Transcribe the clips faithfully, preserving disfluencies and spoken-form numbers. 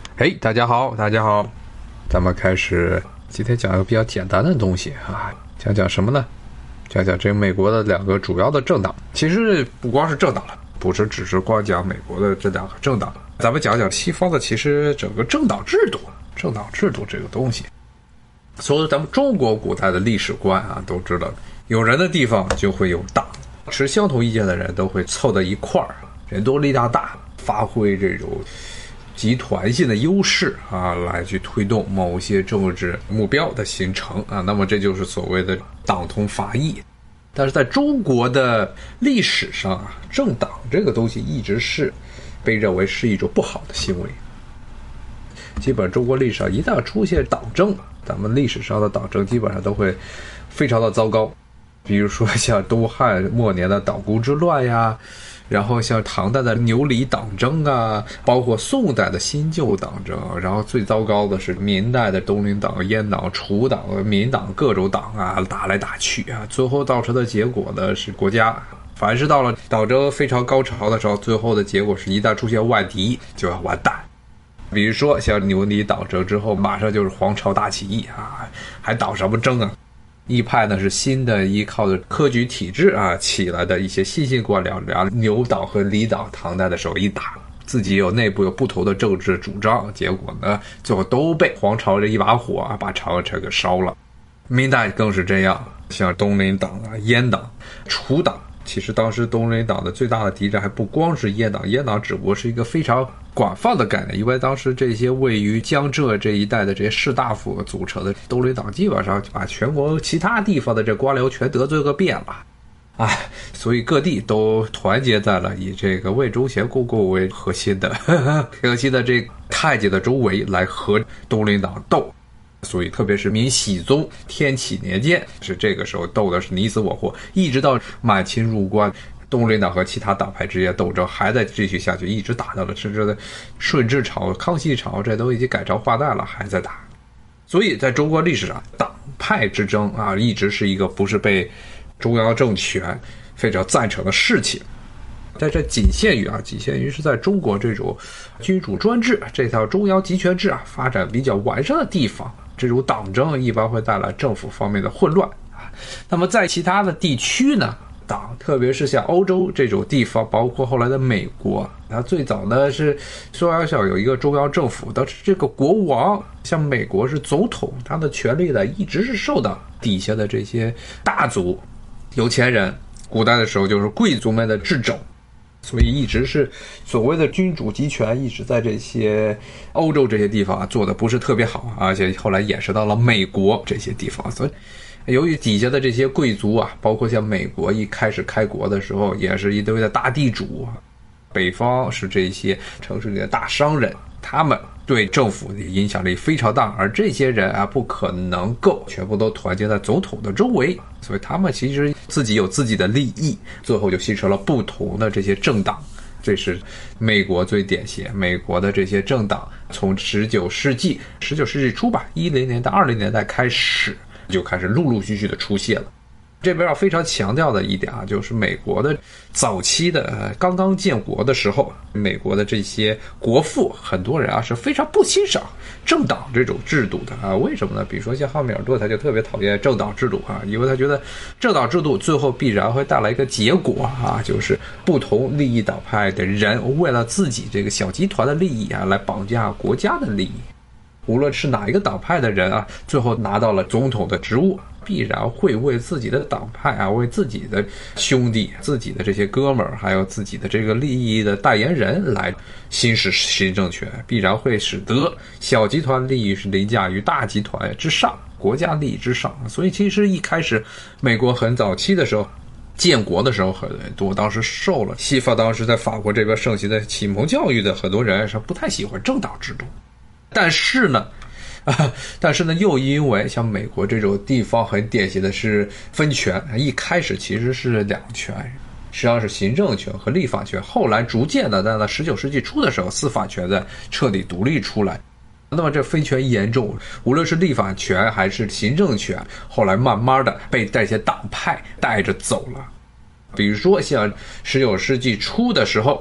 嘿，大家好，大家好，咱们开始今天讲一个比较简单的东西啊，讲讲什么呢？讲讲这美国的两个主要的政党。其实不光是政党了，不是只是光讲美国的这两个政党，咱们讲讲西方的，其实整个政党制度，政党制度这个东西。所以咱们中国古代的历史观啊，都知道有人的地方就会有党，持相同意见的人都会凑在一块儿，人多力量大，发挥这种集团性的优势啊，来去推动某些政治目标的形成啊。那么这就是所谓的党同伐异。但是在中国的历史上啊，政党这个东西一直是被认为是一种不好的行为。基本中国历史上一旦出现党争，咱们历史上的党争基本上都会非常的糟糕。比如说像东汉末年的党锢之乱呀，然后像唐代的牛李党争啊，包括宋代的新旧党争，然后最糟糕的是明代的东林党、阉党、楚党、民党各种党啊，打来打去啊，最后造成的结果呢是国家凡是到了党争非常高潮的时候，最后的结果是一旦出现外敌就要完蛋。比如说像牛李党争之后，马上就是黄巢大起义啊，还党什么争啊？一派呢是新的依靠着科举体制啊起来的一些新兴官僚，然后牛党和李党唐代的时候一打，自己有内部有不同的政治主张，结果呢最后都被黄巢这一把火啊把长安城给烧了。明代更是这样，像东林党啊、阉党、楚党。其实当时东林党的最大的敌人还不光是阉党，阉党只不过是一个非常广泛的概念，因为当时这些位于江浙这一带的这些士大夫组成的东林党，基本上把全国其他地方的这官僚全得罪个遍了，哎，所以各地都团结在了以这个魏忠贤公公为核心的呵呵核心的这太监的周围来和东林党斗。所以特别是明熹宗天启年间，是这个时候斗的是你死我活，一直到满清入关，东林党和其他党派之间斗争还在继续下去，一直打到了甚至的顺治朝、康熙朝，这都已经改朝换代了，还在打。所以在中国历史上，党派之争啊，一直是一个不是被中央政权非常赞成的事情。但这仅限于啊，仅限于是在中国这种君主专制这套中央集权制啊发展比较完善的地方，这种党争一般会带来政府方面的混乱啊。那么在其他的地区呢，党特别是像欧洲这种地方，包括后来的美国，它最早呢是说要想有一个中央政府，但是这个国王，像美国是总统，他的权力呢一直是受到底下的这些大族、有钱人，古代的时候就是贵族们的掣肘。所以一直是所谓的君主集权，一直在这些欧洲这些地方啊做的不是特别好，而且后来延伸到了美国这些地方。所以由于底下的这些贵族啊，包括像美国一开始开国的时候也是一堆的大地主，北方是这些城市里的大商人，他们对政府的影响力非常大，而这些人啊不可能够全部都团结在总统的周围，所以他们其实自己有自己的利益，最后就形成了不同的这些政党。这是美国最典型，美国的这些政党从十九世纪十九世纪初吧，一零年到二零年代开始就开始陆陆续续的出现了。这边要非常强调的一点啊，就是美国的早期的、呃、刚刚建国的时候，美国的这些国父很多人啊是非常不欣赏政党这种制度的啊。为什么呢？比如说像汉密尔顿，他就特别讨厌政党制度啊，因为他觉得政党制度最后必然会带来一个结果啊，就是不同利益党派的人为了自己这个小集团的利益啊，来绑架国家的利益。无论是哪一个党派的人啊，最后拿到了总统的职务，必然会为自己的党派啊，为自己的兄弟、自己的这些哥们儿，还有自己的这个利益的代言人来行使行政权，必然会使得小集团利益是凌驾于大集团之上，国家利益之上。所以其实一开始美国很早期的时候，建国的时候，很多当时受了西方当时在法国这边盛行的启蒙教育的很多人是不太喜欢政党制度。但是呢啊，但是呢又因为像美国这种地方很典型的是分权，一开始其实是两权，实际上是行政权和立法权，后来逐渐的在那十九世纪初的时候，司法权在彻底独立出来。那么这分权严重，无论是立法权还是行政权，后来慢慢的被这些党派带着走了。比如说像十九世纪初的时候，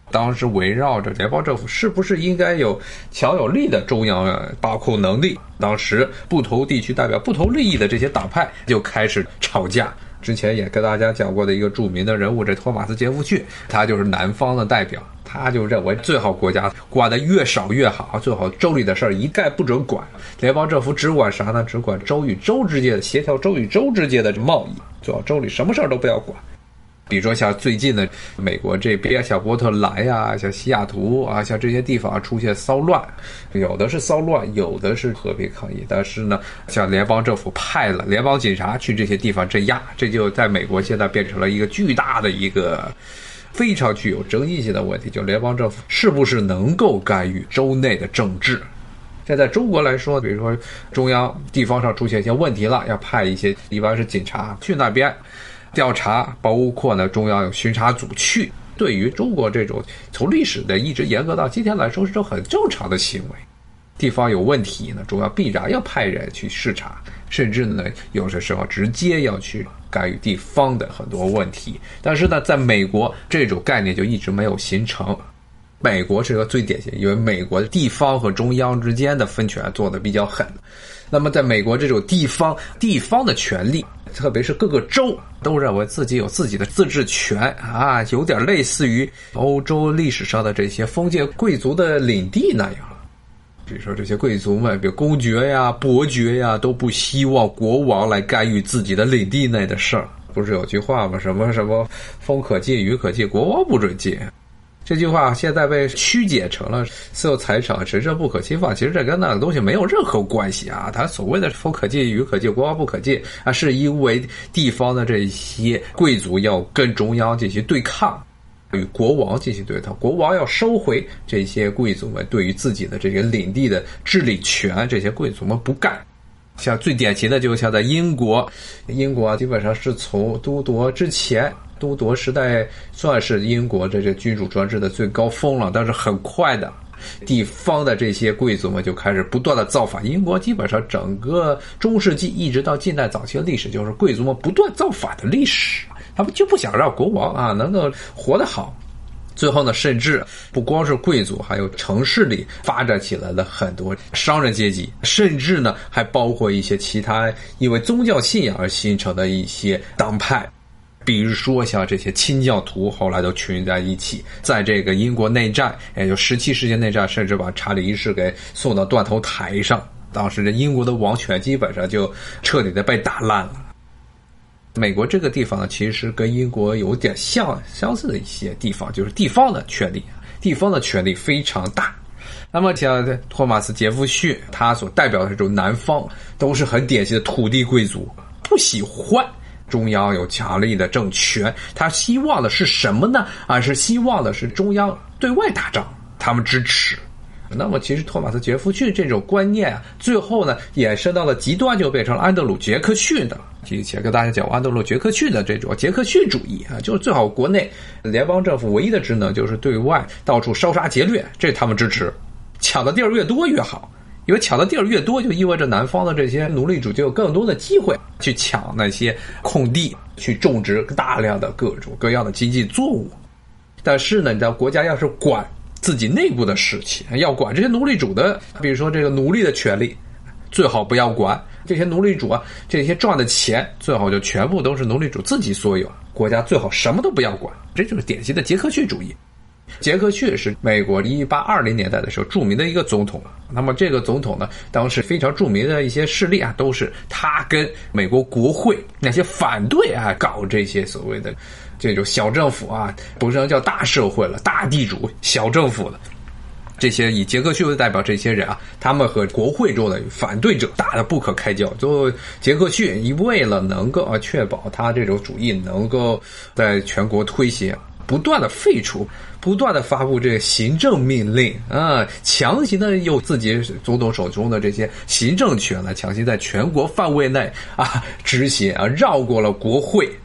当时围绕着联邦政府是不是应该有强有力的中央把控能力，当时不同地区代表不同利益的这些党派就开始吵架。之前也跟大家讲过的一个著名的人物，这托马斯·杰弗逊，他就是南方的代表，他就认为最好国家管得越少越好，最好州里的事儿一概不准管，联邦政府只管啥呢？只管州与州之间的协调，州与州之间的贸易，最好州里什么事儿都不要管。比如说像最近的美国这边，像波特兰呀、像西雅图啊，像这些地方出现骚乱，有的是骚乱，有的是和平抗议。但是呢，像联邦政府派了联邦警察去这些地方镇压，这就在美国现在变成了一个巨大的一个非常具有争议性的问题，就联邦政府是不是能够干预州内的政治。现在中国来说，比如说中央地方上出现一些问题了，要派一些一般是警察去那边调查，包括呢中央有巡查组去。对于中国这种从历史的一直严格到今天来说是种很正常的行为，地方有问题呢，中央必然要派人去视察，甚至呢有些时候直接要去干预地方的很多问题。但是呢在美国这种概念就一直没有形成。美国是个最典型，因为美国地方和中央之间的分权做得比较狠。那么在美国这种地方地方的权力，特别是各个州都认为自己有自己的自治权啊，有点类似于欧洲历史上的这些封建贵族的领地那样。比如说这些贵族们，比如公爵呀、伯爵呀，都不希望国王来干预自己的领地内的事儿。不是有句话吗？什么什么风可进，雨可进，国王不准进。这句话现在被曲解成了私有财产神圣不可侵犯，其实这跟那个东西没有任何关系啊。他所谓的风可进雨可进国王不可进啊，是因为地方的这些贵族要跟中央进行对抗，与国王进行对抗，国王要收回这些贵族们对于自己的这个领地的治理权，这些贵族们不干。像最典型的就像在英国，英国基本上是从都铎之前，都铎时代算是英国这个君主专制的最高峰了，但是很快的地方的这些贵族们就开始不断的造反。英国基本上整个中世纪一直到近代早期的历史就是贵族们不断造反的历史，他们就不想让国王啊能够活得好。最后呢，甚至不光是贵族，还有城市里发展起来了很多商人阶级，甚至呢还包括一些其他因为宗教信仰而形成的一些党派。比如说像这些清教徒后来都群在一起，在这个英国内战，也就十七世纪内战，甚至把查理一世给送到断头台上，当时这英国的王权基本上就彻底的被打烂了。美国这个地方呢，其实跟英国有点像相似的一些地方，就是地方的权力，地方的权力非常大。那么像托马斯·杰弗逊，他所代表的这种南方，都是很典型的土地贵族，不喜欢中央有强力的政权，他希望的是什么呢？而是希望的是中央对外打仗，他们支持。那么其实托马斯·杰弗逊这种观念啊，最后呢衍生到了极端，就变成了安德鲁·杰克逊的。以前跟大家讲安德鲁·杰克逊的这种杰克逊主义啊，就是最好国内联邦政府唯一的职能就是对外到处烧杀劫掠，这他们支持，抢的地儿越多越好，因为抢的地儿越多，就意味着南方的这些奴隶主就有更多的机会去抢那些空地，去种植大量的各种各样的经济作物。但是呢，你知道国家要是管自己内部的事情，要管这些奴隶主的，比如说这个奴隶的权利，最好不要管。这些奴隶主啊，这些赚的钱最好就全部都是奴隶主自己所有，国家最好什么都不要管。这就是典型的杰克逊主义。杰克逊是美国一八二零年代的时候著名的一个总统，那么这个总统呢，当时非常著名的一些事例啊，都是他跟美国国会那些反对啊搞这些所谓的这种小政府啊，不是叫大社会了，大地主小政府了。这些以杰克逊为代表这些人啊，他们和国会中的反对者打得不可开交。最后杰克逊为了能够啊确保他这种主义能够在全国推行，不断的废除，不断的发布这个行政命令啊，强行的用自己总统手中的这些行政权来强行在全国范围内啊执行啊，绕过了国会。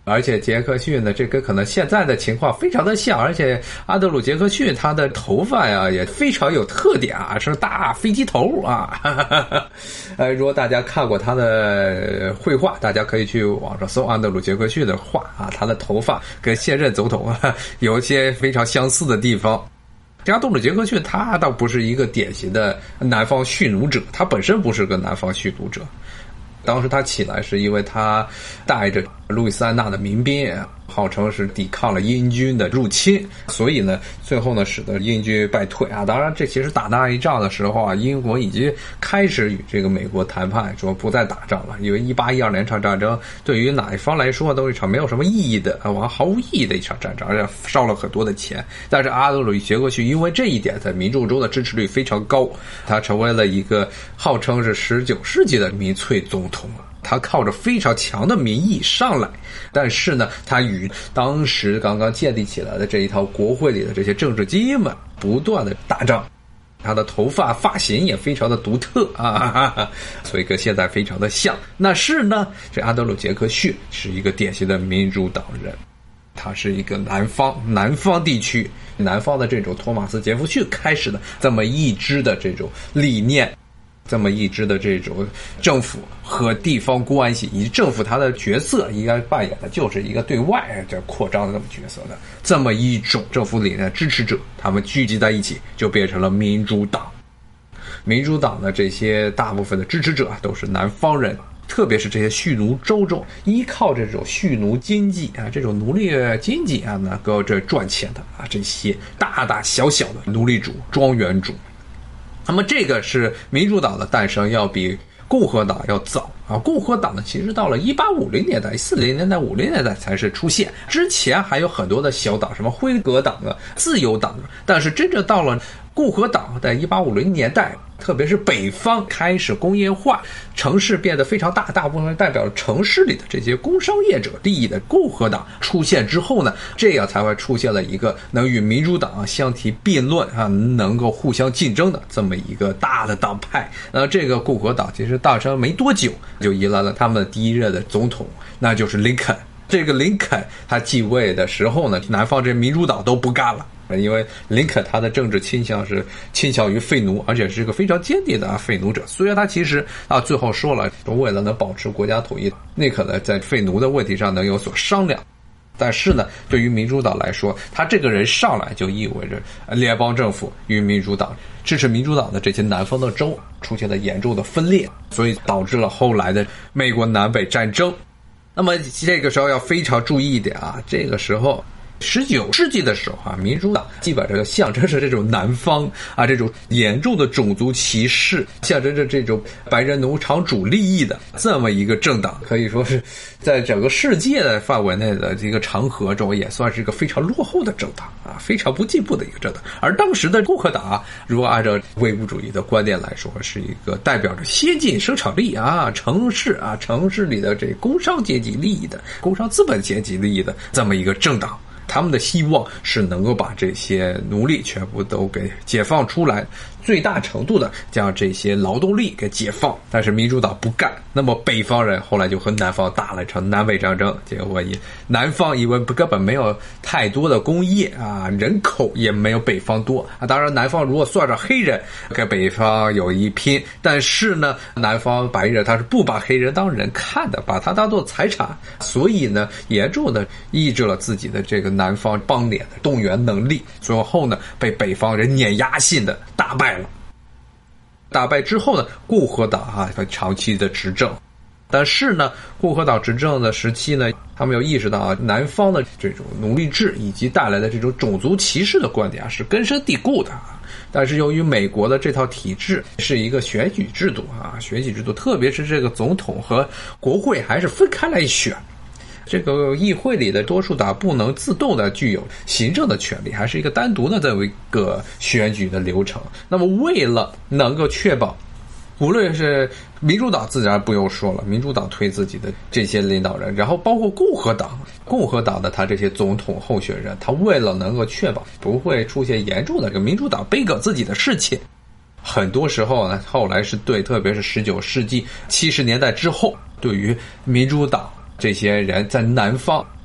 而且杰克逊呢，这跟可能现在的情况非常的像，而且阿德鲁·杰克逊他的头发呀也非常有特点啊，是大飞机头啊。呃，如果大家看过他的绘画，大家可以去网上搜阿德鲁·杰克逊的画啊，他的头发跟现任总统啊有一些非常相似的地方。阿德鲁·杰克逊他倒不是一个典型的南方蓄奴者，他本身不是个南方蓄奴者。当时他起来是因为他带着路易斯安那的民兵，号称是抵抗了英军的入侵，所以呢最后呢使得英军败退啊。当然这其实打那一仗的时候啊，英国已经开始与这个美国谈判，说不再打仗了，因为一八一二年场战争对于哪一方来说都是一场没有什么意义的啊，毫无意义的一场战争，而且烧了很多的钱。但是阿德鲁·杰克逊因为这一点在民众中的支持率非常高，他成为了一个号称是十九世纪的民粹总统。他靠着非常强的民意上来，但是呢他与当时刚刚建立起来的这一套国会里的这些政治精英们不断的打仗，他的头发发型也非常的独特啊，哈哈，所以跟现在非常的像。那是呢这阿德鲁·杰克逊是一个典型的民主党人，他是一个南方南方地区南方的这种托马斯·杰弗逊开始的这么一支的这种理念，这么一支的这种政府和地方关系，以及政府它的角色应该扮演的就是一个对外这扩张的这么角色的这么一种政府理念支持者，他们聚集在一起就变成了民主党。民主党的这些大部分的支持者都是南方人，特别是这些蓄奴州中依靠这种蓄奴经济啊，这种奴隶经济啊能够这赚钱的啊，这些大大小小的奴隶主庄园主。那么这个是民主党的诞生要比共和党要早啊。共和党呢其实到了一八五零年代四零年代五零年代才是出现，之前还有很多的小党，什么辉格党啊自由党啊，但是真正到了共和党在一八五零年代，特别是北方开始工业化，城市变得非常大，大部分代表了城市里的这些工商业者利益的共和党出现之后呢，这样才会出现了一个能与民主党相提并论啊，能够互相竞争的这么一个大的党派。那这个共和党其实诞生没多久就迎来了他们第一任的总统，那就是林肯。这个林肯他继位的时候呢，南方这民主党都不干了，因为林肯他的政治倾向是倾向于废奴，而且是一个非常坚定的啊废奴者。虽然他其实啊最后说了，为了能保持国家统一，宁可呢在废奴的问题上能有所商量。但是呢，对于民主党来说，他这个人上来就意味着联邦政府与民主党支持民主党的这些南方的州出现了严重的分裂，所以导致了后来的美国南北战争。那么这个时候要非常注意一点啊，这个时候十九世纪的时候啊，民主党基本上象征着这种南方啊这种严重的种族歧视，象征着这种白人农场主利益的这么一个政党，可以说是在整个世界的范围内的这个长河中也算是一个非常落后的政党啊，非常不进步的一个政党。而当时的共和党啊，如果按照唯物主义的观点来说，是一个代表着先进生产力啊城市啊城市里的这工商阶级利益的工商资本阶级利益的这么一个政党。他们的希望是能够把这些奴隶全部都给解放出来，最大程度的将这些劳动力给解放。但是民主党不干，那么北方人后来就和南方打了一场南北战争，结果以南方因为根本没有太多的工业啊，人口也没有北方多啊。当然南方如果算上黑人跟北方有一拼，但是呢南方白人他是不把黑人当人看的，把他当做财产，所以呢严重的抑制了自己的这个南方邦联的动员能力，最后呢被北方人碾压性的打败了。打败之后呢，共和党啊长期的执政，但是呢共和党执政的时期呢，他们有意识到啊南方的这种奴隶制以及带来的这种种族歧视的观点啊是根深蒂固的啊。但是由于美国的这套体制是一个选举制度啊，选举制度特别是这个总统和国会还是分开来选，这个议会里的多数党不能自动的具有行政的权利，还是一个单独的这么一个选举的流程。那么为了能够确保，无论是民主党自然不用说了，民主党推自己的这些领导人，然后包括共和党共和党的他这些总统候选人，他为了能够确保不会出现严重的这个民主党背梗自己的事情，很多时候呢后来是对，特别是十九世纪七十年代之后，对于民主党这些人在南方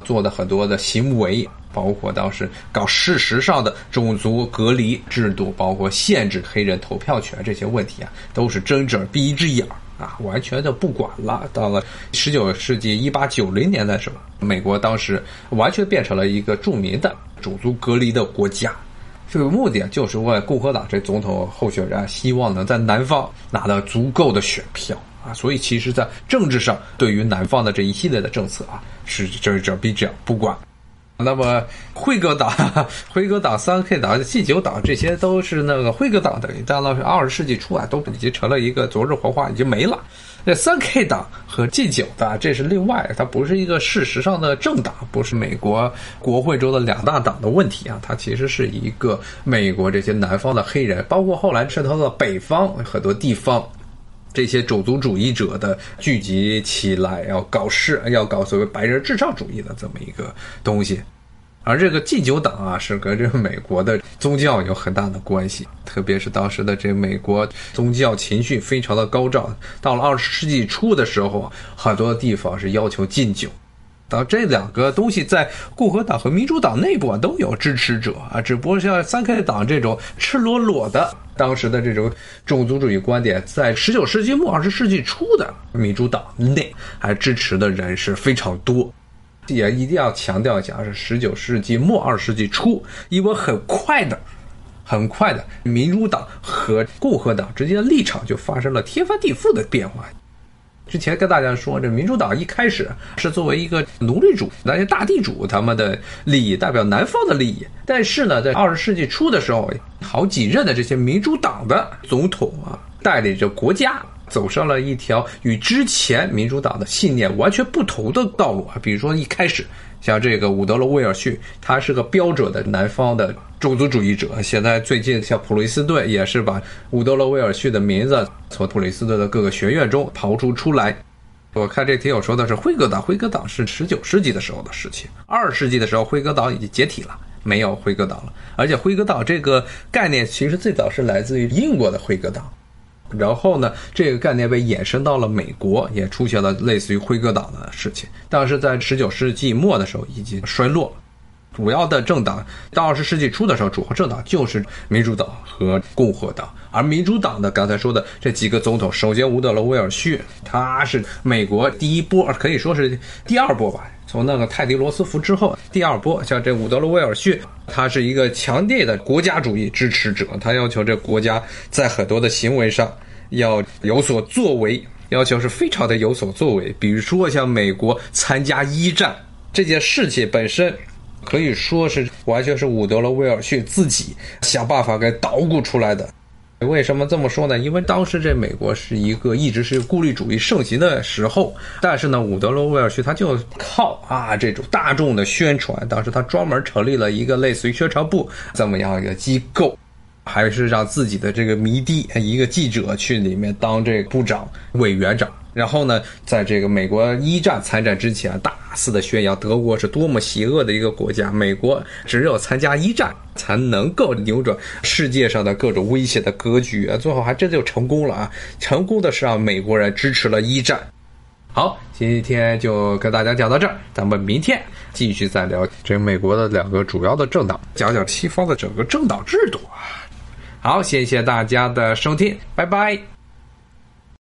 做的很多的行为，包括当时搞事实上的种族隔离制度，包括限制黑人投票权这些问题啊，都是睁只闭一只眼啊，完全就不管了。到了十九世纪一八九零年的时候，美国当时完全变成了一个著名的种族隔离的国家。这个目的啊，就是为共和党这总统候选人希望能在南方拿到足够的选票啊，所以其实在政治上对于南方的这一系列的政策啊，是睁只闭只眼不管。那么辉格党、辉格党、三 K 党、G 九党，这些都是那个辉格党的，到了二十世纪初啊，都已经成了一个昨日黄花，已经没了。这三 K 党和 G 九党这是另外，它不是一个事实上的政党，不是美国国会中的两大党的问题啊，它其实是一个美国这些南方的黑人，包括后来渗透到北方很多地方。这些种族主义者的聚集起来，要搞事，要搞所谓白人至上主义的这么一个东西。而这个 G 九党啊，是跟这个美国的宗教有很大的关系，特别是当时的这美国宗教情绪非常的高涨。到了二十世纪初的时候，很多地方是要求禁酒。当这两个东西在共和党和民主党内部啊都有支持者啊，只不过像三 K 党这种赤裸裸的当时的这种种族主义观点，在十九世纪末二十世纪初的民主党内还支持的人是非常多。也一定要强调一下，是十九世纪末二十世纪初，因为很快的很快的民主党和共和党之间的立场就发生了天翻地覆的变化。之前跟大家说，这民主党一开始是作为一个奴隶主、那些大地主他们的利益，代表南方的利益。但是呢，在二十世纪初的时候，好几任的这些民主党的总统啊，带领着国家走上了一条与之前民主党的信念完全不同的道路啊。比如说一开始，像这个伍德罗·威尔逊，他是个标准的南方的种族主义者。现在最近像普林斯顿也是把伍德罗·威尔逊的名字从普林斯顿的各个学院中刨出出来。我看这题友说的是辉格党，辉格党是十九世纪的时候的事情，二十世纪的时候辉格党已经解体了，没有辉格党了。而且辉格党这个概念其实最早是来自于英国的辉格党。然后呢，这个概念被衍生到了美国，也出现了类似于辉格党的事情。但是在十九世纪末的时候已经衰落了。主要的政党到二十世纪初的时候，主要政党就是民主党和共和党。而民主党的刚才说的这几个总统，首先伍德罗·威尔逊，他是美国第一波，可以说是第二波吧，从那个泰迪罗斯福之后第二波。像这伍德罗·威尔逊，他是一个强烈的国家主义支持者，他要求这国家在很多的行为上要有所作为，要求是非常的有所作为。比如说像美国参加一战这件事情本身，可以说是完全是伍德罗·威尔逊自己想办法给捣鼓出来的。为什么这么说呢？因为当时这美国是一个一直是孤立主义盛行的时候，但是呢，伍德罗·威尔逊他就靠啊这种大众的宣传，当时他专门成立了一个类似于宣传部这么样一个机构，还是让自己的这个迷弟一个记者去里面当这个部长、委员长。然后呢，在这个美国一战参战之前，大肆的宣扬德国是多么邪恶的一个国家，美国只有参加一战才能够扭转世界上的各种威胁的格局啊！最后还真就成功了啊！成功的是让美国人支持了一战。好，今天就跟大家讲到这儿，咱们明天继续再聊这美国的两个主要的政党，讲讲西方的整个政党制度啊。好，谢谢大家的收听，拜拜。